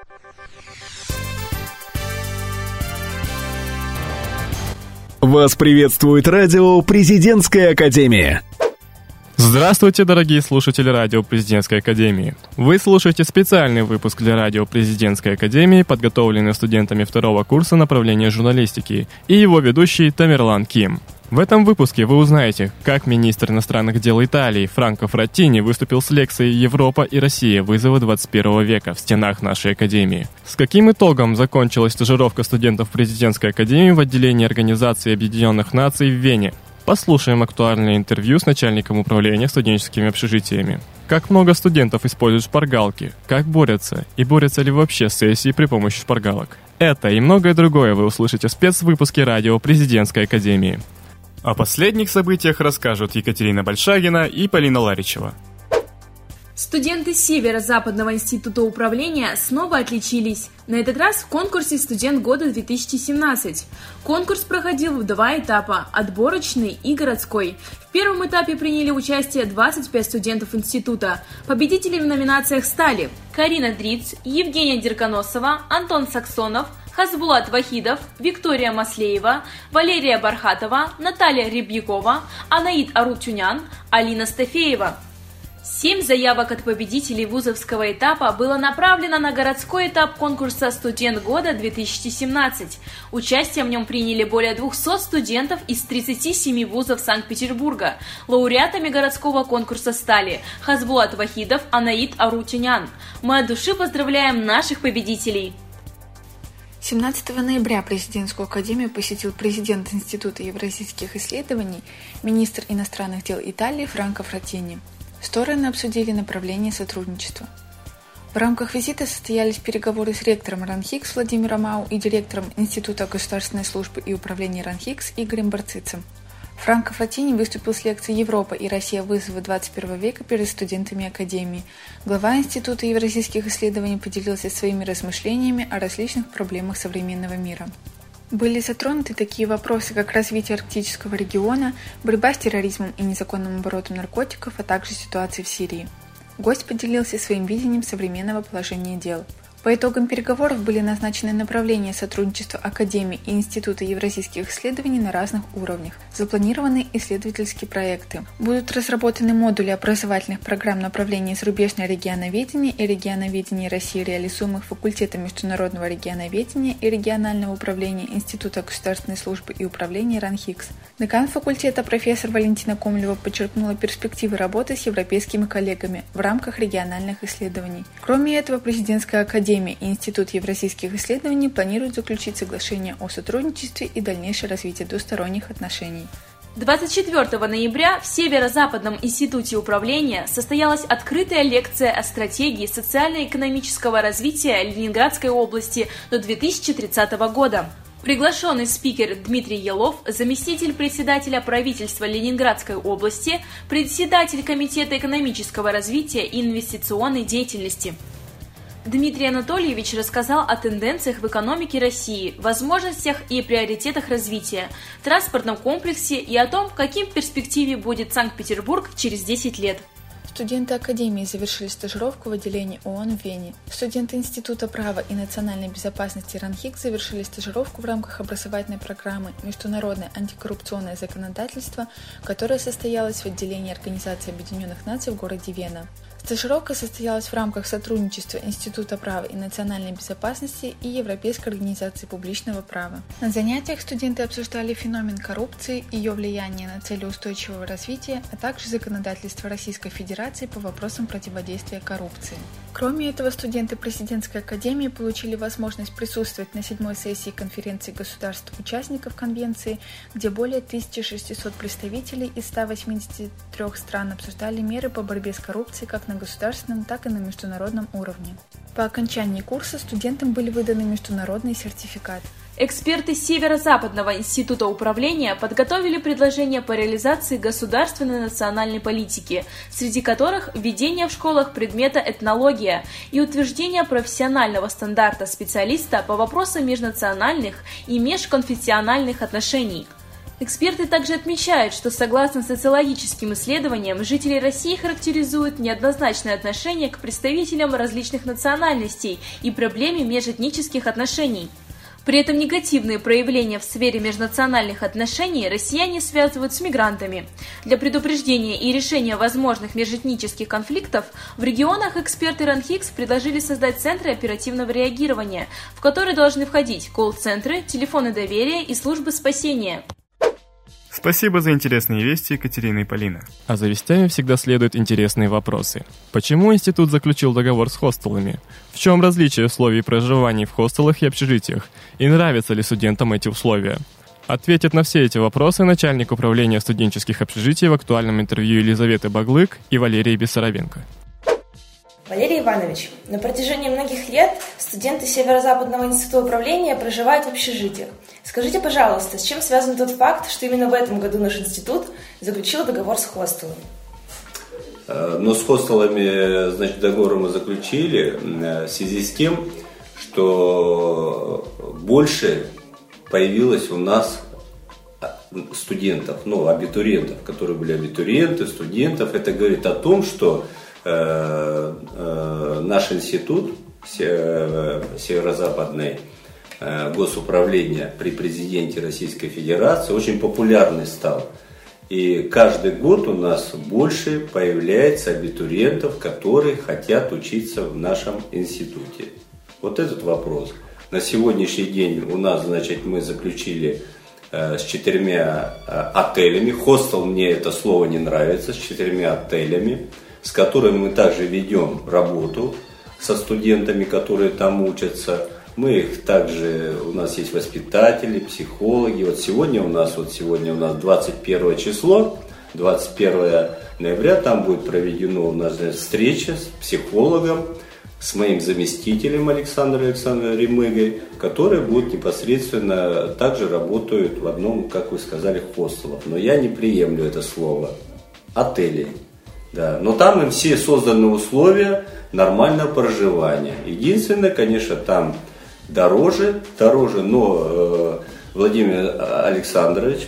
Вас приветствует радио «Президентская академия». Здравствуйте, дорогие слушатели радио «Президентской академии». Вы слушаете специальный выпуск для радио «Президентской академии», подготовленный студентами второго курса направления журналистики, и его ведущий Тамерлан Ким. В этом выпуске вы узнаете, как министр иностранных дел Италии Франко Фраттини выступил с лекцией «Европа и Россия. Вызовы 21 века» в стенах нашей академии. С каким итогом закончилась стажировка студентов президентской академии в отделении Организации Объединенных Наций в Вене? Послушаем актуальное интервью с начальником управления студенческими общежитиями. Как много студентов используют шпаргалки? Как борются? И борются ли вообще с сессией при помощи шпаргалок? Это и многое другое вы услышите в спецвыпуске радио «Президентской академии». О последних событиях расскажут Екатерина Большагина и Полина Ларичева. Студенты Северо-Западного института управления снова отличились. На этот раз в конкурсе «Студент года 2017». Конкурс проходил в два этапа – отборочный и городской. В первом этапе приняли участие 25 студентов института. Победителями в номинациях стали Карина Дриц, Евгения Дерконосова, Антон Саксонов, Хазбулат Вахидов, Виктория Маслеева, Валерия Бархатова, Наталья Рябьякова, Анаид Арутюнян, Алина Стафеева. 7 заявок от победителей вузовского этапа было направлено на городской этап конкурса «Студент года 2017». Участие в нем приняли более 200 студентов из 37 вузов Санкт-Петербурга. Лауреатами городского конкурса стали Хазбулат Вахидов, Анаид Арутюнян. Мы от души поздравляем наших победителей! 17 ноября президентскую академию посетил президент Института евразийских исследований, министр иностранных дел Италии Франко Фраттини. Стороны обсудили направление сотрудничества. В рамках визита состоялись переговоры с ректором РАНХИКС Владимиром Мау и директором Института государственной службы и управления РАНХИКС Игорем Барцицем. Франко Фраттини выступил с лекцией «Европа и Россия. Вызовы 21 века» перед студентами Академии. Глава Института евразийских исследований поделился своими размышлениями о различных проблемах современного мира. Были затронуты такие вопросы, как развитие арктического региона, борьба с терроризмом и незаконным оборотом наркотиков, а также ситуация в Сирии. Гость поделился своим видением современного положения дел. По итогам переговоров были назначены направления сотрудничества Академии и Института евразийских исследований на разных уровнях. Запланированы исследовательские проекты. Будут разработаны модули образовательных программ направления зарубежное регионоведение и регионоведение России, реализуемых факультетом международного регионоведения и регионального управления Института государственной службы и управления РАНХИКС. Декан факультета профессор Валентина Комлева подчеркнула перспективы работы с европейскими коллегами в рамках региональных исследований. Кроме этого, президентская академия и Институт евразийских исследований планируют заключить соглашение о сотрудничестве и дальнейшее развитие двусторонних отношений. 24 ноября в Северо-Западном институте управления состоялась открытая лекция о стратегии социально-экономического развития Ленинградской области до 2030 года. Приглашенный спикер Дмитрий Ялов, заместитель председателя правительства Ленинградской области, председатель Комитета экономического развития и инвестиционной деятельности. Дмитрий Анатольевич рассказал о тенденциях в экономике России, возможностях и приоритетах развития, транспортном комплексе и о том, каким в перспективе будет Санкт-Петербург через 10 лет. Студенты Академии завершили стажировку в отделении ООН в Вене. Студенты Института права и национальной безопасности РАНХИКС завершили стажировку в рамках образовательной программы «Международное антикоррупционное законодательство», которая состоялась в отделении Организации Объединенных Наций в городе Вена. Стажировка состоялась в рамках сотрудничества Института права и национальной безопасности и Европейской организации публичного права. На занятиях студенты обсуждали феномен коррупции, ее влияние на цели устойчивого развития, а также законодательство Российской Федерации по вопросам противодействия коррупции. Кроме этого, студенты президентской академии получили возможность присутствовать на 7-й сессии конференции государств-участников конвенции, где более 1600 представителей из 183 стран обсуждали меры по борьбе с коррупцией как на государственном, так и на международном уровне. По окончании курса студентам были выданы международный сертификат. Эксперты Северо-Западного института управления подготовили предложения по реализации государственной национальной политики, среди которых введение в школах предмета этнология и утверждение профессионального стандарта специалиста по вопросам межнациональных и межконфессиональных отношений. Эксперты также отмечают, что согласно социологическим исследованиям, жители России характеризуют неоднозначное отношение к представителям различных национальностей и проблеме межэтнических отношений. При этом негативные проявления в сфере межнациональных отношений россияне связывают с мигрантами. Для предупреждения и решения возможных межэтнических конфликтов в регионах эксперты РАНХИКС предложили создать центры оперативного реагирования, в которые должны входить колл-центры, телефоны доверия и службы спасения. Спасибо за интересные вести, Екатерина и Полина. А за вестями всегда следуют интересные вопросы. Почему институт заключил договор с хостелами? В чем различие условий проживания в хостелах и общежитиях? И нравятся ли студентам эти условия? Ответят на все эти вопросы начальник управления студенческих общежитий в актуальном интервью Елизаветы Баглык и Валерии Бессарабенко. Валерий Иванович, на протяжении многих лет студенты Северо-Западного института управления проживают в общежитиях. Скажите, пожалуйста, с чем связан тот факт, что именно в этом году наш институт заключил договор с хостелом? Но с хостелами, значит, договор мы заключили в связи с тем, что больше появилось у нас студентов, абитуриентов, которые были абитуриенты, студентов. Это говорит о том, что наш институт Северо-Западное госуправление при президенте Российской Федерации очень популярный стал. И каждый год у нас больше появляется абитуриентов, которые хотят учиться в нашем институте. Вот этот вопрос. На сегодняшний день у нас, значит, мы заключили с 4 отелями. Хостел, мне это слово не нравится, с 4 отелями, с которыми мы также ведем работу со студентами, которые там учатся. Мы их также, у нас есть воспитатели, психологи. Вот сегодня у нас 21 число, 21 ноября, там будет проведена у нас встреча с психологом, с моим заместителем Александром Ремыгой, которые будут непосредственно также работают в одном, как вы сказали, хостелах. Но я не приемлю это слово. Отели. Да. Но там им все созданы условия нормального проживания. Единственное, конечно, там дороже, но Владимир Александрович,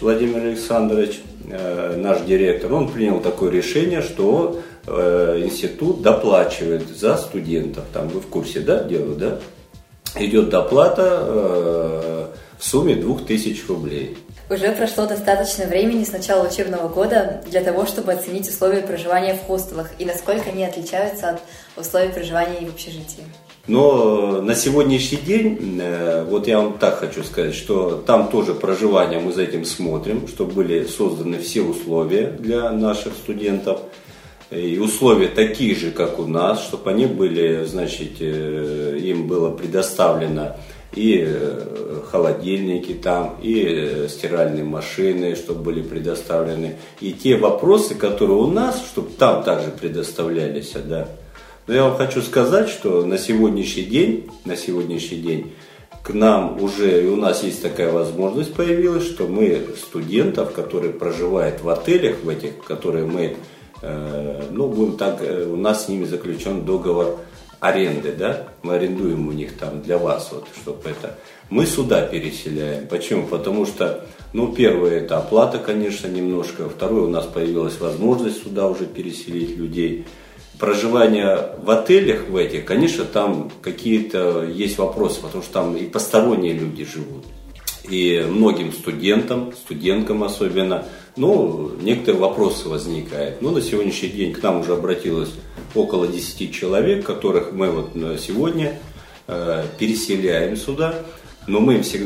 наш директор, он принял такое решение, что институт доплачивает за студентов. Там вы в курсе, да, дела, да? Идет доплата в сумме 2000 рублей. Уже прошло достаточно времени с начала учебного года для того, чтобы оценить условия проживания в хостелах и насколько они отличаются от условий проживания в общежитии. Но на сегодняшний день, вот я вам так хочу сказать, что там тоже проживание, мы за этим смотрим, чтобы были созданы все условия для наших студентов. И условия такие же, как у нас, чтобы они были, значит, им было предоставлено и холодильники там, и стиральные машины, чтобы были предоставлены. И те вопросы, которые у нас, чтобы там также предоставлялись, да. Но я вам хочу сказать, что на сегодняшний день к нам уже, и у нас есть такая возможность появилась, что мы студентов, которые проживают в отелях, в этих, которые мы, будем так, у нас с ними заключен договор аренды, да, мы арендуем у них там для вас, вот, чтобы это, мы сюда переселяем. Почему? Потому что, первое, это оплата, конечно, немножко, второе, у нас появилась возможность сюда уже переселить людей. Проживание в отелях в этих, конечно, там какие-то есть вопросы, потому что там и посторонние люди живут. И многим студенткам особенно, некоторые вопросы возникают. Но на сегодняшний день к нам уже обратилось около 10 человек, которых мы вот сегодня переселяем сюда. Но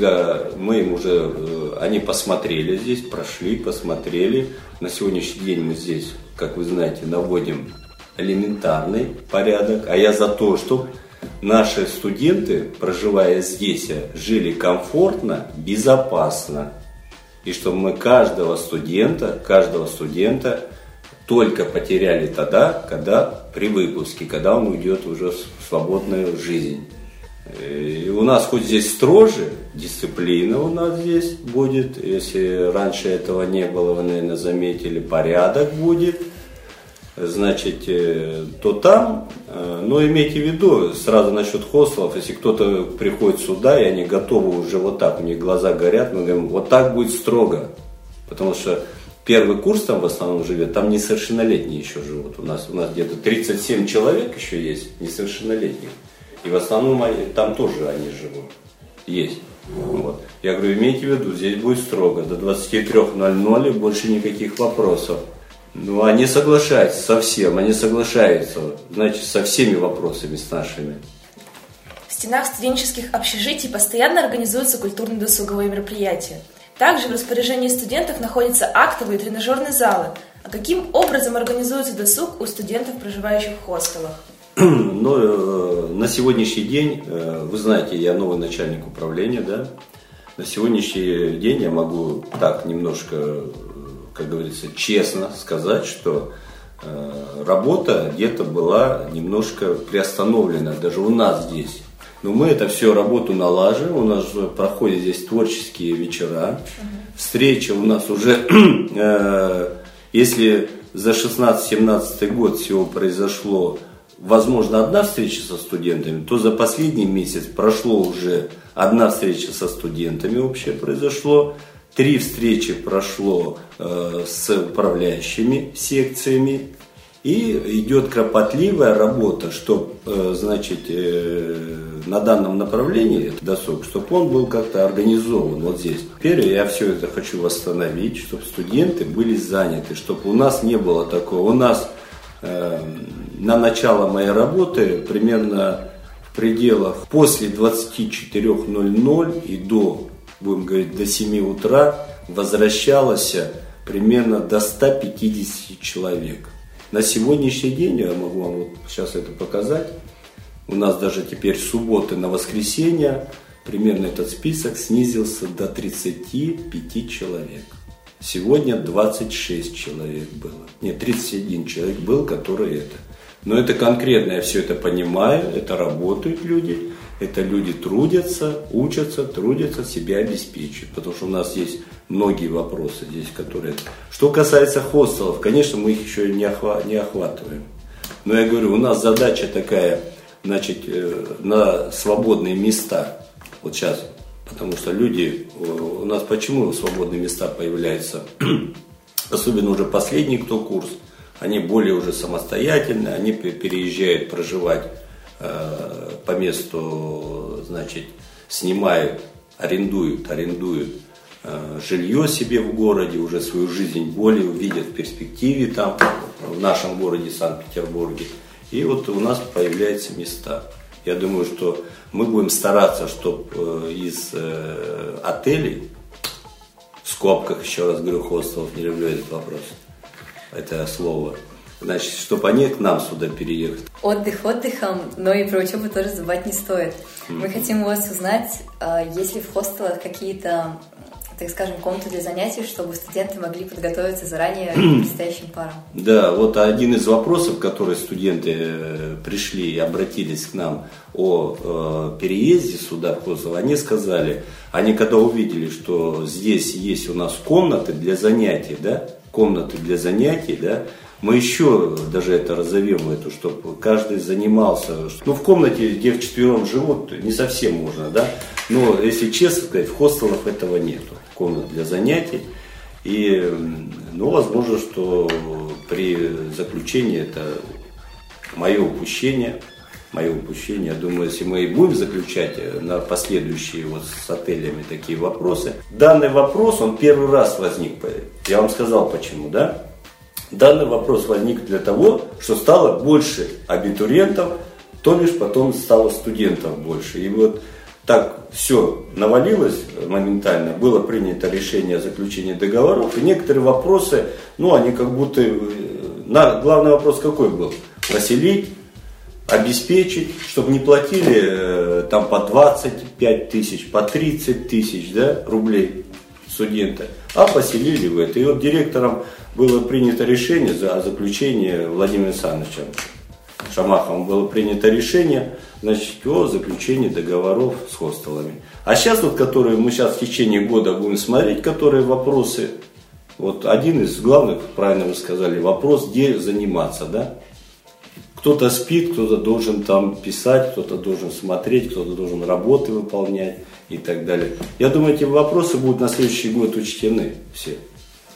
они посмотрели здесь, посмотрели. На сегодняшний день мы здесь, как вы знаете, наводим элементарный порядок. А я за то, чтобы наши студенты, проживая здесь, жили комфортно, безопасно. И чтобы мы каждого студента только потеряли тогда, когда при выпуске, когда он уйдет уже в свободную жизнь. И у нас хоть здесь строже, дисциплина у нас здесь будет, если раньше этого не было, вы, наверное, заметили, порядок будет. Значит, то там, но имейте в виду, сразу насчет хостелов, если кто-то приходит сюда, и они готовы уже вот так, у них глаза горят, мы говорим, вот так будет строго. Потому что первый курс там в основном живет, там несовершеннолетние еще живут. У нас где-то 37 человек еще есть несовершеннолетних. И в основном там тоже они живут. Есть. Вот. Я говорю, имейте в виду, здесь будет строго, до 23:00 больше никаких вопросов. Ну, они соглашаются со всем, они соглашаются, значит, со всеми вопросами с нашими. В стенах студенческих общежитий постоянно организуются культурно-досуговые мероприятия. Также в распоряжении студентов находятся актовые и тренажерные залы. А каким образом организуется досуг у студентов, проживающих в хостелах? Ну, на сегодняшний день, вы знаете, я новый начальник управления, да? На сегодняшний день я могу так немножко, как говорится, честно сказать, что работа где-то была немножко приостановлена, даже у нас здесь. Но мы это все работу налаживаем, у нас проходят здесь творческие вечера, встреча у нас уже, если за 16-17 год всего произошло, возможно, одна встреча со студентами, то за последний месяц прошло уже одна встреча со студентами общая произошло, 3 встречи прошло с управляющими секциями, и идет кропотливая работа, чтобы, значит, на данном направлении досуг, чтобы он был как-то организован вот здесь. Теперь я все это хочу восстановить, чтобы студенты были заняты, чтобы у нас не было такого. У нас на начало моей работы примерно в пределах после 24:00 и до, будем говорить, до 7 утра возвращалось примерно до 150 человек. На сегодняшний день, я могу вам вот сейчас это показать, у нас даже теперь субботы на воскресенье примерно этот список снизился до 35 человек. Сегодня 26 человек было. Нет, 31 человек был, который это. Но это конкретно, я все это понимаю, это работают люди, это люди трудятся, учатся, трудятся, себя обеспечивают. Потому что у нас есть многие вопросы здесь, которые... Что касается хостелов, конечно, мы их еще не охватываем. Но я говорю, у нас задача такая, значит, на свободные места. Вот сейчас, потому что люди, у нас почему свободные места появляются? Особенно уже последний, кто курс, они более уже самостоятельны, они переезжают проживать по месту, значит, снимают, арендуют жилье себе в городе, уже свою жизнь более видят в перспективе там, в нашем городе Санкт-Петербурге. И вот у нас появляются места. Я думаю, что мы будем стараться, чтобы из отелей, в скобках, еще раз говорю, хостелов, не люблю этот вопрос, это слово, значит, чтобы они к нам сюда переехали. Отдых отдыхом, но и про учебу тоже забывать не стоит. Мы хотим у вас узнать, есть ли в хостелах какие-то, так скажем, комнаты для занятий, чтобы студенты могли подготовиться заранее к предстоящим парам. Да, вот один из вопросов, которые студенты пришли и обратились к нам о переезде сюда в хостел, они сказали, они когда увидели, что здесь есть у нас комнаты для занятий, да, мы еще даже это разовьем, чтобы каждый занимался. Ну, в комнате, где вчетвером живут, не совсем можно, да. Но, если честно сказать, в хостелах этого нету. Комнат для занятий. И, ну, возможно, что при заключении это мое упущение. Я думаю, если мы и будем заключать на последующие вот с отелями такие вопросы. Данный вопрос, он первый раз возник. Я вам сказал почему, да? Данный вопрос возник для того, что стало больше абитуриентов, то бишь потом стало студентов больше. И вот так все навалилось моментально, было принято решение о заключении договоров, и некоторые вопросы, ну, они как будто... Главный вопрос какой был? Поселить, обеспечить, чтобы не платили там по 25 тысяч, по 30 тысяч, да, рублей студента, а поселили в это. И вот директором было принято решение о заключении Владимиром Александровичем Шамаховым, было принято решение, значит, о заключении договоров с хостелами. А сейчас вот, которые мы сейчас в течение года будем смотреть, которые вопросы, вот один из главных, правильно вы сказали, вопрос, где заниматься, да? Кто-то спит, кто-то должен там писать, кто-то должен смотреть, кто-то должен работы выполнять и так далее. Я думаю, эти вопросы будут на следующий год учтены все.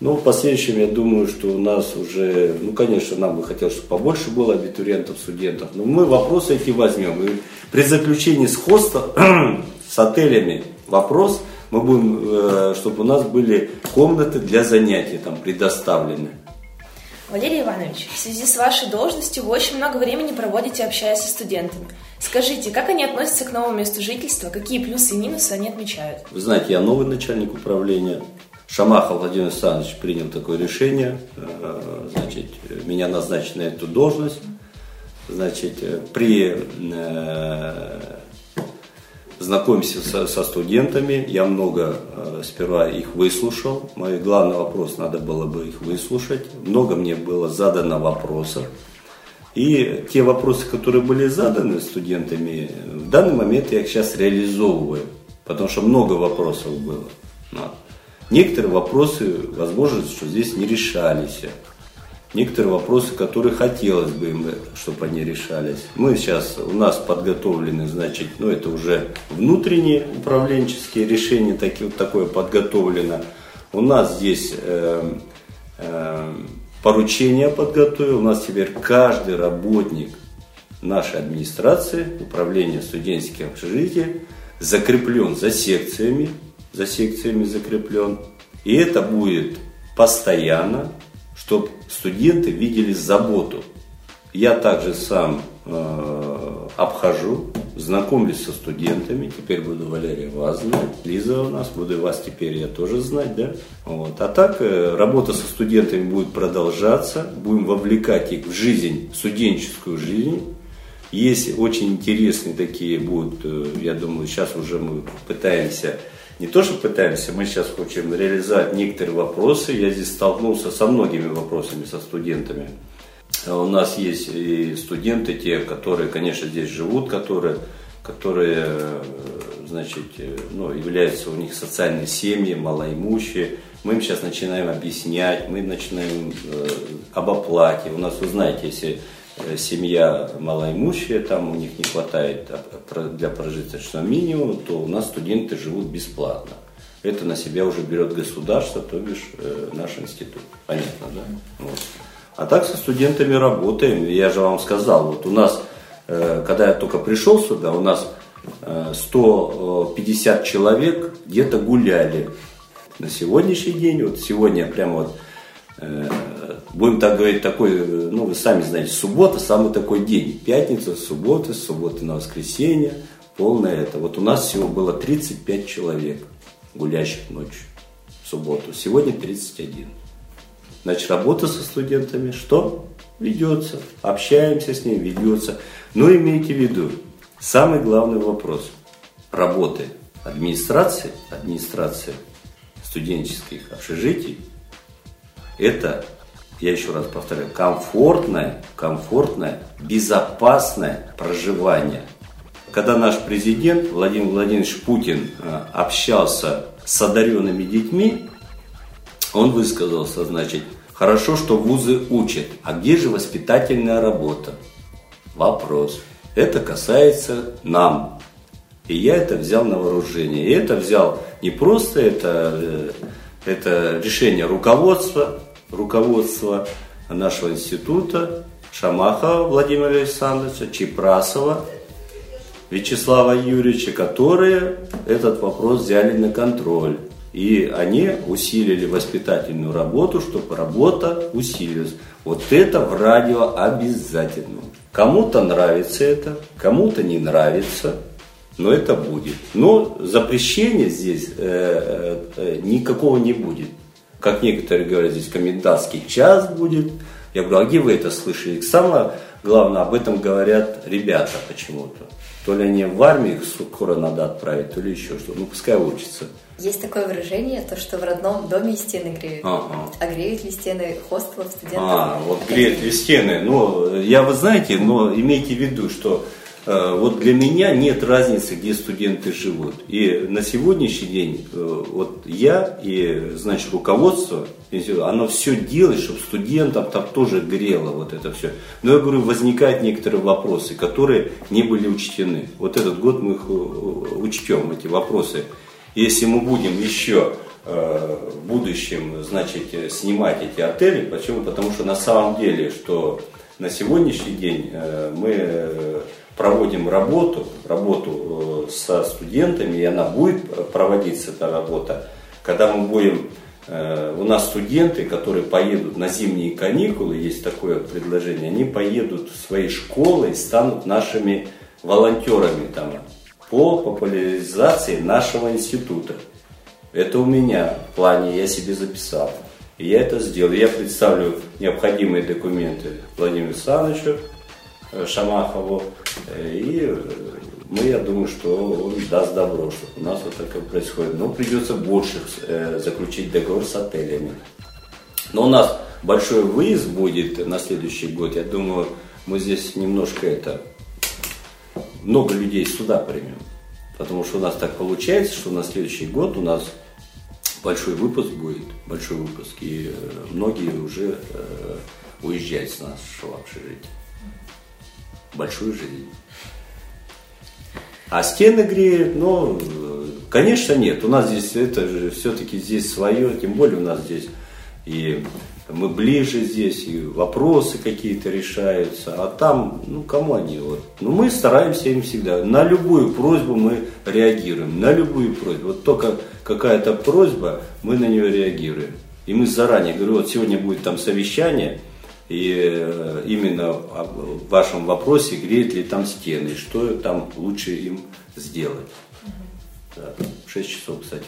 Но в последующем я думаю, что у нас уже, конечно, нам бы хотелось, чтобы побольше было абитуриентов, студентов, но мы вопросы эти возьмем. И при заключении с хостелом, с отелями вопрос, мы будем, чтобы у нас были комнаты для занятий там предоставлены. Валерий Иванович, в связи с вашей должностью вы очень много времени проводите, общаясь со студентами. Скажите, как они относятся к новому месту жительства, какие плюсы и минусы они отмечают? Вы знаете, я новый начальник управления. Шамахов Владимир Александрович принял такое решение, значит, меня назначить на эту должность. Значит, при знакомстве со студентами я много сперва их выслушал. Мой главный вопрос, надо было бы их выслушать. Много мне было задано вопросов. И те вопросы, которые были заданы студентами, в данный момент я их сейчас реализовываю. Потому что много вопросов было. Некоторые вопросы, возможно, что здесь не решались. Некоторые вопросы, которые хотелось бы им, чтобы они решались. Мы сейчас, у нас подготовлены, значит, это уже внутренние управленческие решения, такое подготовлено. У нас здесь поручение подготовил. У нас теперь каждый работник нашей администрации, управления студенческих общежитий, закреплен за секциями закреплен. И это будет постоянно, чтобы студенты видели заботу. Я также сам обхожу, знакомлюсь со студентами. Теперь буду Валерия вас знать, Лиза у нас, буду вас теперь я тоже знать, да? Вот. А так работа со студентами будет продолжаться, будем вовлекать их в жизнь, студенческую жизнь. Есть очень интересные такие будут, я думаю, сейчас уже мы пытаемся, не то что пытаемся, мы сейчас хотим реализовать некоторые вопросы. Я здесь столкнулся со многими вопросами со студентами. У нас есть и студенты, те, которые, конечно, здесь живут, которые значит, являются у них социальные семьи, малоимущие. Мы им сейчас начинаем объяснять, мы начинаем об оплате. У нас, вы знаете, если семья малоимущая, там у них не хватает для прожиточного минимума, то у нас студенты живут бесплатно. Это на себя уже берет государство, то бишь наш институт. Понятно, да? Вот. А так со студентами работаем. Я же вам сказал, вот у нас, когда я только пришел сюда, у нас 150 человек где-то гуляли. На сегодняшний день, вот сегодня прямо вот, будем так говорить, такой, вы сами знаете, суббота самый такой день. Пятница, суббота, с субботы на воскресенье, полное это. Вот у нас всего было 35 человек гулящих ночью в субботу. Сегодня 31. Значит, работа со студентами, что? Ведется. Общаемся с ними, ведется. Но имейте в виду, самый главный вопрос работы администрации студенческих общежитий, это, я еще раз повторяю, комфортное, безопасное проживание. Когда наш президент Владимир Владимирович Путин общался с одаренными детьми, он высказался, значит, хорошо, что вузы учат, а где же воспитательная работа? Вопрос. Это касается нам. И я это взял на вооружение. И это взял не просто, это решение руководства нашего института, Шамахова Владимира Александровича, Чепрасова Вячеслава Юрьевича, которые этот вопрос взяли на контроль. И они усилили воспитательную работу, чтобы работа усилилась. Вот это в радио обязательно. Кому-то нравится это, кому-то не нравится, но это будет. Но запрещения здесь никакого не будет. Как некоторые говорят, здесь комендантский час будет. Я говорю, а где вы это слышали? И самое главное, об этом говорят ребята почему-то. То ли они в армию их скоро надо отправить, то ли еще что. Пускай учатся. Есть такое выражение, то, что в родном доме и стены греют. А греют ли стены хостелов студентов? Вот греют ли стены. Вы знаете, но имейте в виду, что вот для меня нет разницы, где студенты живут. И на сегодняшний день вот я и, значит, руководство, оно все делает, чтобы студентам там тоже грело вот это все. Но я говорю, возникают некоторые вопросы, которые не были учтены. Вот этот год мы их учтем, эти вопросы. Если мы будем еще в будущем, значит, снимать эти отели. Почему? Потому что на самом деле, что на сегодняшний день мы проводим работу со студентами, и она будет проводиться, эта работа, когда мы будем, у нас студенты, которые поедут на зимние каникулы, есть такое предложение, они поедут в свои школы и станут нашими волонтерами там, по популяризации нашего института. Это у меня в плане, я себе записал. И я это сделал. Я представлю необходимые документы Владимиру Александровичу Шамахову. И я думаю, что он даст добро, что у нас вот такое происходит. Но придется больше заключить договор с отелями. Но у нас большой выезд будет на следующий год. Я думаю, мы здесь немножко много людей сюда примем. Потому что у нас так получается, что на следующий год у нас большой выпуск будет, и многие уже уезжают с нашего общежития. Большую жизнь. А стены греют, конечно, нет. У нас здесь это же все-таки здесь свое, тем более у нас здесь и мы ближе здесь, и вопросы какие-то решаются, а там, кому они мы стараемся им всегда, на любую просьбу мы реагируем, на любую просьбу, вот только какая-то просьба, мы на нее реагируем. И мы заранее, говорю, сегодня будет там совещание, и именно в вашем вопросе, греют ли там стены, что там лучше им сделать. Да, 6 часов, кстати,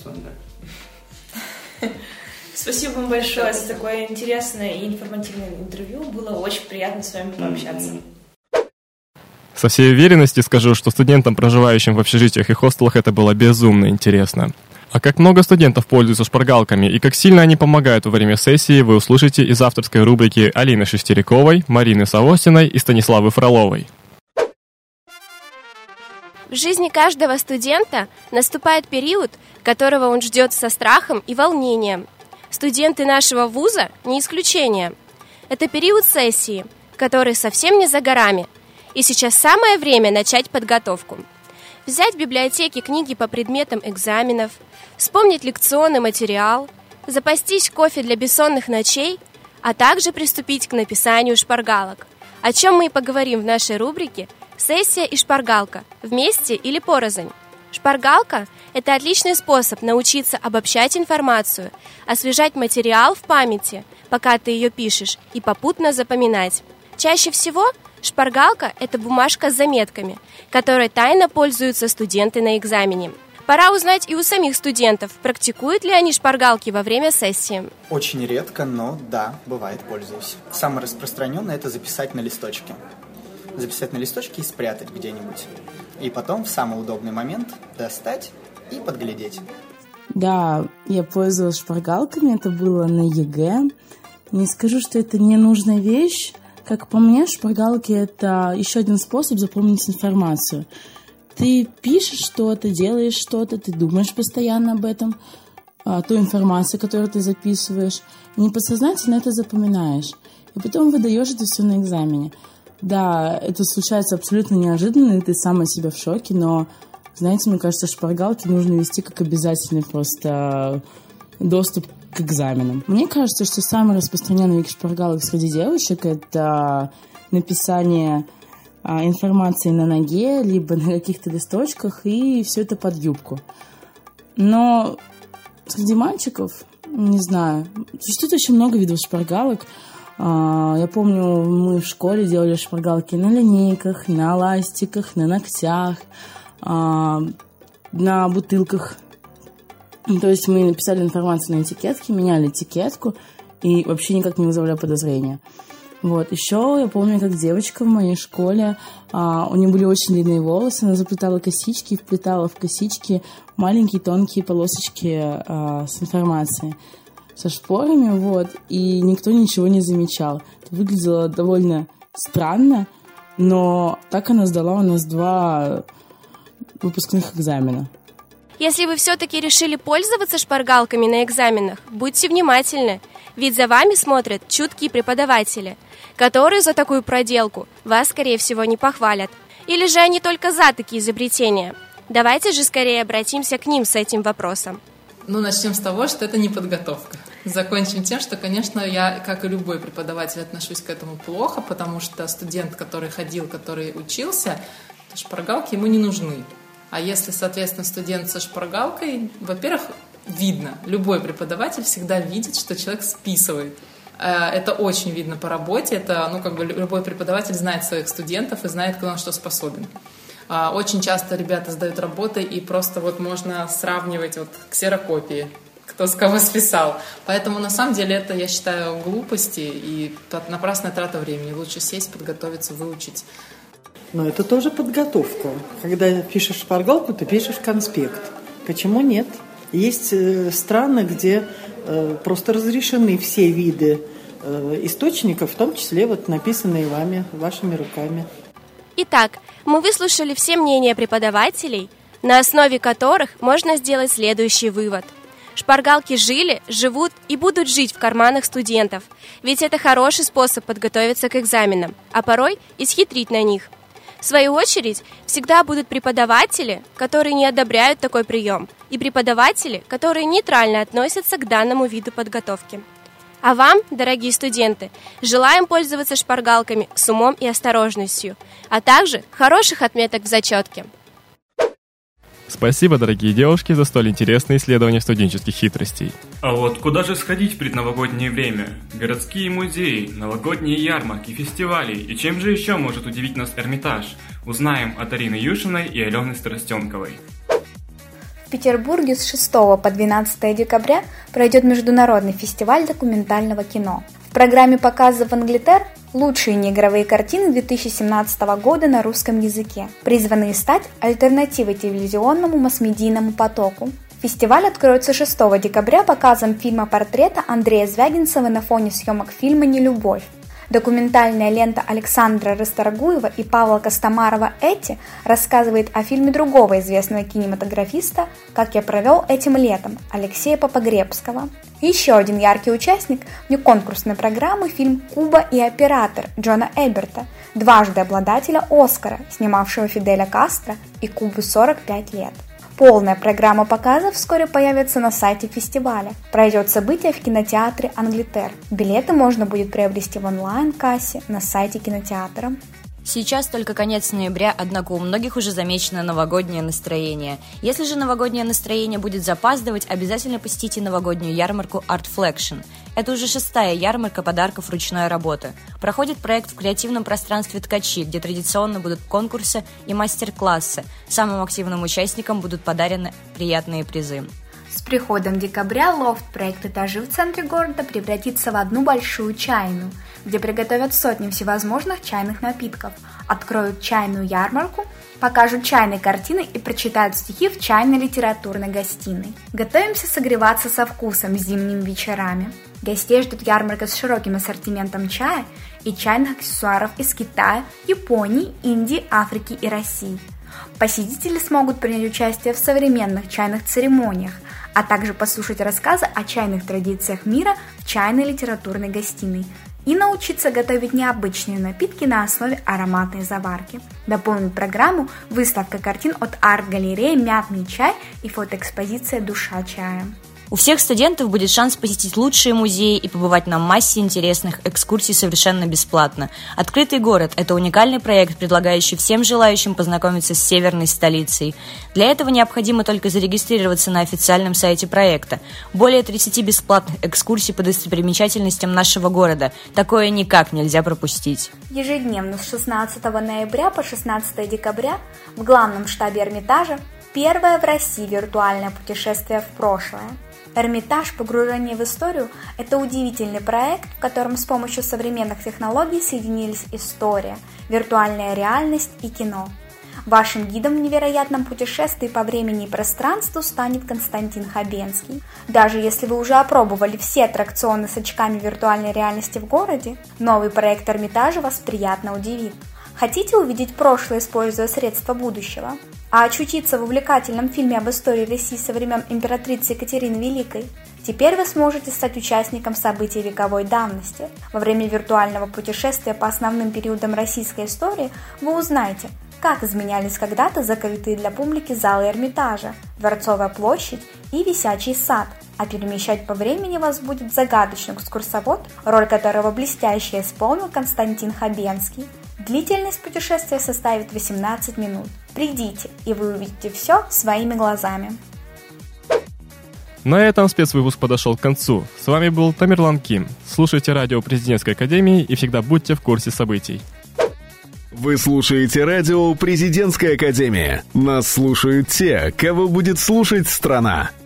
18:00. Спасибо вам большое за такое интересное и информативное интервью. Было очень приятно с вами пообщаться. Со всей уверенностью скажу, что студентам, проживающим в общежитиях и хостелах, это было безумно интересно. А как много студентов пользуются шпаргалками и как сильно они помогают во время сессии, вы услышите из авторской рубрики Алины Шестеряковой, Марины Савостиной и Станиславы Фроловой. В жизни каждого студента наступает период, которого он ждет со страхом и волнением. Студенты нашего вуза не исключение. Это период сессии, который совсем не за горами. И сейчас самое время начать подготовку. Взять в библиотеке книги по предметам экзаменов, вспомнить лекционный материал, запастись кофе для бессонных ночей, а также приступить к написанию шпаргалок. О чем мы и поговорим в нашей рубрике «Сессия и шпаргалка. Вместе или порознь?». Шпаргалка – это отличный способ научиться обобщать информацию, освежать материал в памяти, пока ты ее пишешь, и попутно запоминать. Чаще всего шпаргалка – это бумажка с заметками, которой тайно пользуются студенты на экзамене. Пора узнать и у самих студентов, практикуют ли они шпаргалки во время сессии. Очень редко, но да, бывает, пользуюсь. Самое распространенное – это записать на листочке. Записать на листочке и спрятать где-нибудь. И потом в самый удобный момент достать и подглядеть. Да, я пользовалась шпаргалками, это было на ЕГЭ. Не скажу, что это ненужная вещь. Как по мне, шпаргалки – это еще один способ запомнить информацию. Ты пишешь что-то, делаешь что-то, ты думаешь постоянно об этом, ту информацию, которую ты записываешь, и неподсознательно это запоминаешь. И потом выдаешь это все на экзамене. Да, это случается абсолютно неожиданно, и ты сам от себя в шоке, но, знаете, мне кажется, шпаргалки нужно вести как обязательный просто доступ к экзаменам. Мне кажется, что самый распространенный вид шпаргалок среди девочек – это написание информации на ноге, либо на каких-то листочках, и все это под юбку. Но среди мальчиков, не знаю, существует очень много видов шпаргалок. Я помню, мы в школе делали шпаргалки на линейках, на ластиках, на ногтях, на бутылках. То есть мы написали информацию на этикетке, меняли этикетку и вообще никак не вызывали подозрения. Вот. Еще я помню, как девочка в моей школе, у нее были очень длинные волосы, она заплетала косички и вплетала в косички маленькие тонкие полосочки с информацией, со шпорами, вот, и никто ничего не замечал. Это выглядело довольно странно, но так она сдала у нас 2 выпускных экзамена. Если вы все-таки решили пользоваться шпаргалками на экзаменах, будьте внимательны, ведь за вами смотрят чуткие преподаватели, которые за такую проделку вас, скорее всего, не похвалят. Или же они только за такие изобретения. Давайте же скорее обратимся к ним с этим вопросом. Начнем с того, что это не подготовка. Закончим тем, что, конечно, я, как и любой преподаватель, отношусь к этому плохо, потому что студент, который ходил, который учился, шпаргалки ему не нужны. А если, соответственно, студент со шпаргалкой, во-первых, видно. Любой преподаватель всегда видит, что человек списывает. Это очень видно по работе. Это, любой преподаватель знает своих студентов и знает, кто на что способен. Очень часто ребята сдают работы, и просто можно сравнивать ксерокопии, кто с кого списал. Поэтому, на самом деле, это, я считаю, глупости и напрасная трата времени. Лучше сесть, подготовиться, выучить. Но это тоже подготовка. Когда пишешь шпаргалку, ты пишешь конспект. Почему нет? Есть страны, где просто разрешены все виды источников, в том числе написанные вами, вашими руками. Итак, мы выслушали все мнения преподавателей, на основе которых можно сделать следующий вывод. Шпаргалки жили, живут и будут жить в карманах студентов, ведь это хороший способ подготовиться к экзаменам, а порой и схитрить на них. В свою очередь, всегда будут преподаватели, которые не одобряют такой прием, и преподаватели, которые нейтрально относятся к данному виду подготовки. А вам, дорогие студенты, желаем пользоваться шпаргалками с умом и осторожностью, а также хороших отметок в зачетке. Спасибо, дорогие девушки, за столь интересное исследование студенческих хитростей. А куда же сходить в предновогоднее время? Городские музеи, новогодние ярмарки, фестивали. И чем же еще может удивить нас Эрмитаж? Узнаем от Арины Юшиной и Алены Старостенковой. В Петербурге с 6 по 12 декабря пройдет международный фестиваль документального кино. В программе показов «Англитер» лучшие неигровые картины 2017 года на русском языке, призванные стать альтернативой телевизионному масс-медийному потоку. Фестиваль откроется 6 декабря показом фильма-портрета Андрея Звягинцева на фоне съемок фильма «Нелюбовь». Документальная лента Александра Расторгуева и Павла Костомарова «Эти» рассказывает о фильме другого известного кинематографиста «Как я провел этим летом» Алексея Попогребского. Еще один яркий участник внеконкурсной программы – фильм «Куба и оператор» Джона Эберта, дважды обладателя «Оскара», снимавшего Фиделя Кастро и Кубу 45 лет. Полная программа показов вскоре появится на сайте фестиваля. Пройдет событие в кинотеатре «Англитер». Билеты можно будет приобрести в онлайн-кассе на сайте кинотеатра. Сейчас только конец ноября, однако у многих уже замечено новогоднее настроение. Если же новогоднее настроение будет запаздывать, обязательно посетите новогоднюю ярмарку Art Flexion. Это уже 6-я ярмарка подарков ручной работы. Проходит проект в креативном пространстве «Ткачи», где традиционно будут конкурсы и мастер-классы. Самым активным участникам будут подарены приятные призы. С приходом декабря лофт-проект «Этажи» в центре города превратится в одну большую чайную, где приготовят сотни всевозможных чайных напитков, откроют чайную ярмарку, покажут чайные картины и прочитают стихи в чайной литературной гостиной. Готовимся согреваться со вкусом зимними вечерами. Гостей ждет ярмарка с широким ассортиментом чая и чайных аксессуаров из Китая, Японии, Индии, Африки и России. Посетители смогут принять участие в современных чайных церемониях, а также послушать рассказы о чайных традициях мира в чайной литературной гостиной и научиться готовить необычные напитки на основе ароматной заварки. Дополнит программу выставка картин от арт-галереи «Мятный чай» и фотоэкспозиция «Душа чая». У всех студентов будет шанс посетить лучшие музеи и побывать на массе интересных экскурсий совершенно бесплатно. «Открытый город» – это уникальный проект, предлагающий всем желающим познакомиться с северной столицей. Для этого необходимо только зарегистрироваться на официальном сайте проекта. Более 30 бесплатных экскурсий по достопримечательностям нашего города. Такое никак нельзя пропустить. Ежедневно с 16 ноября по 16 декабря в главном штабе Эрмитажа первое в России виртуальное путешествие в прошлое. Эрмитаж «Погружение в историю» – это удивительный проект, в котором с помощью современных технологий соединились история, виртуальная реальность и кино. Вашим гидом в невероятном путешествии по времени и пространству станет Константин Хабенский. Даже если вы уже опробовали все аттракционы с очками виртуальной реальности в городе, новый проект Эрмитажа вас приятно удивит. Хотите увидеть прошлое, используя средства будущего? А очутиться в увлекательном фильме об истории России со времен императрицы Екатерины Великой? Теперь вы сможете стать участником событий вековой давности. Во время виртуального путешествия по основным периодам российской истории вы узнаете, как изменялись когда-то закрытые для публики залы Эрмитажа, Дворцовая площадь и висячий сад, а перемещать по времени вас будет загадочный экскурсовод, роль которого блестяще исполнил Константин Хабенский. Длительность путешествия составит 18 минут. Придите, и вы увидите все своими глазами. На этом спецвыпуск подошел к концу. С вами был Тамерлан Ким. Слушайте радио Президентской академии и всегда будьте в курсе событий. Вы слушаете радио «Президентская академия». Нас слушают те, кого будет слушать страна.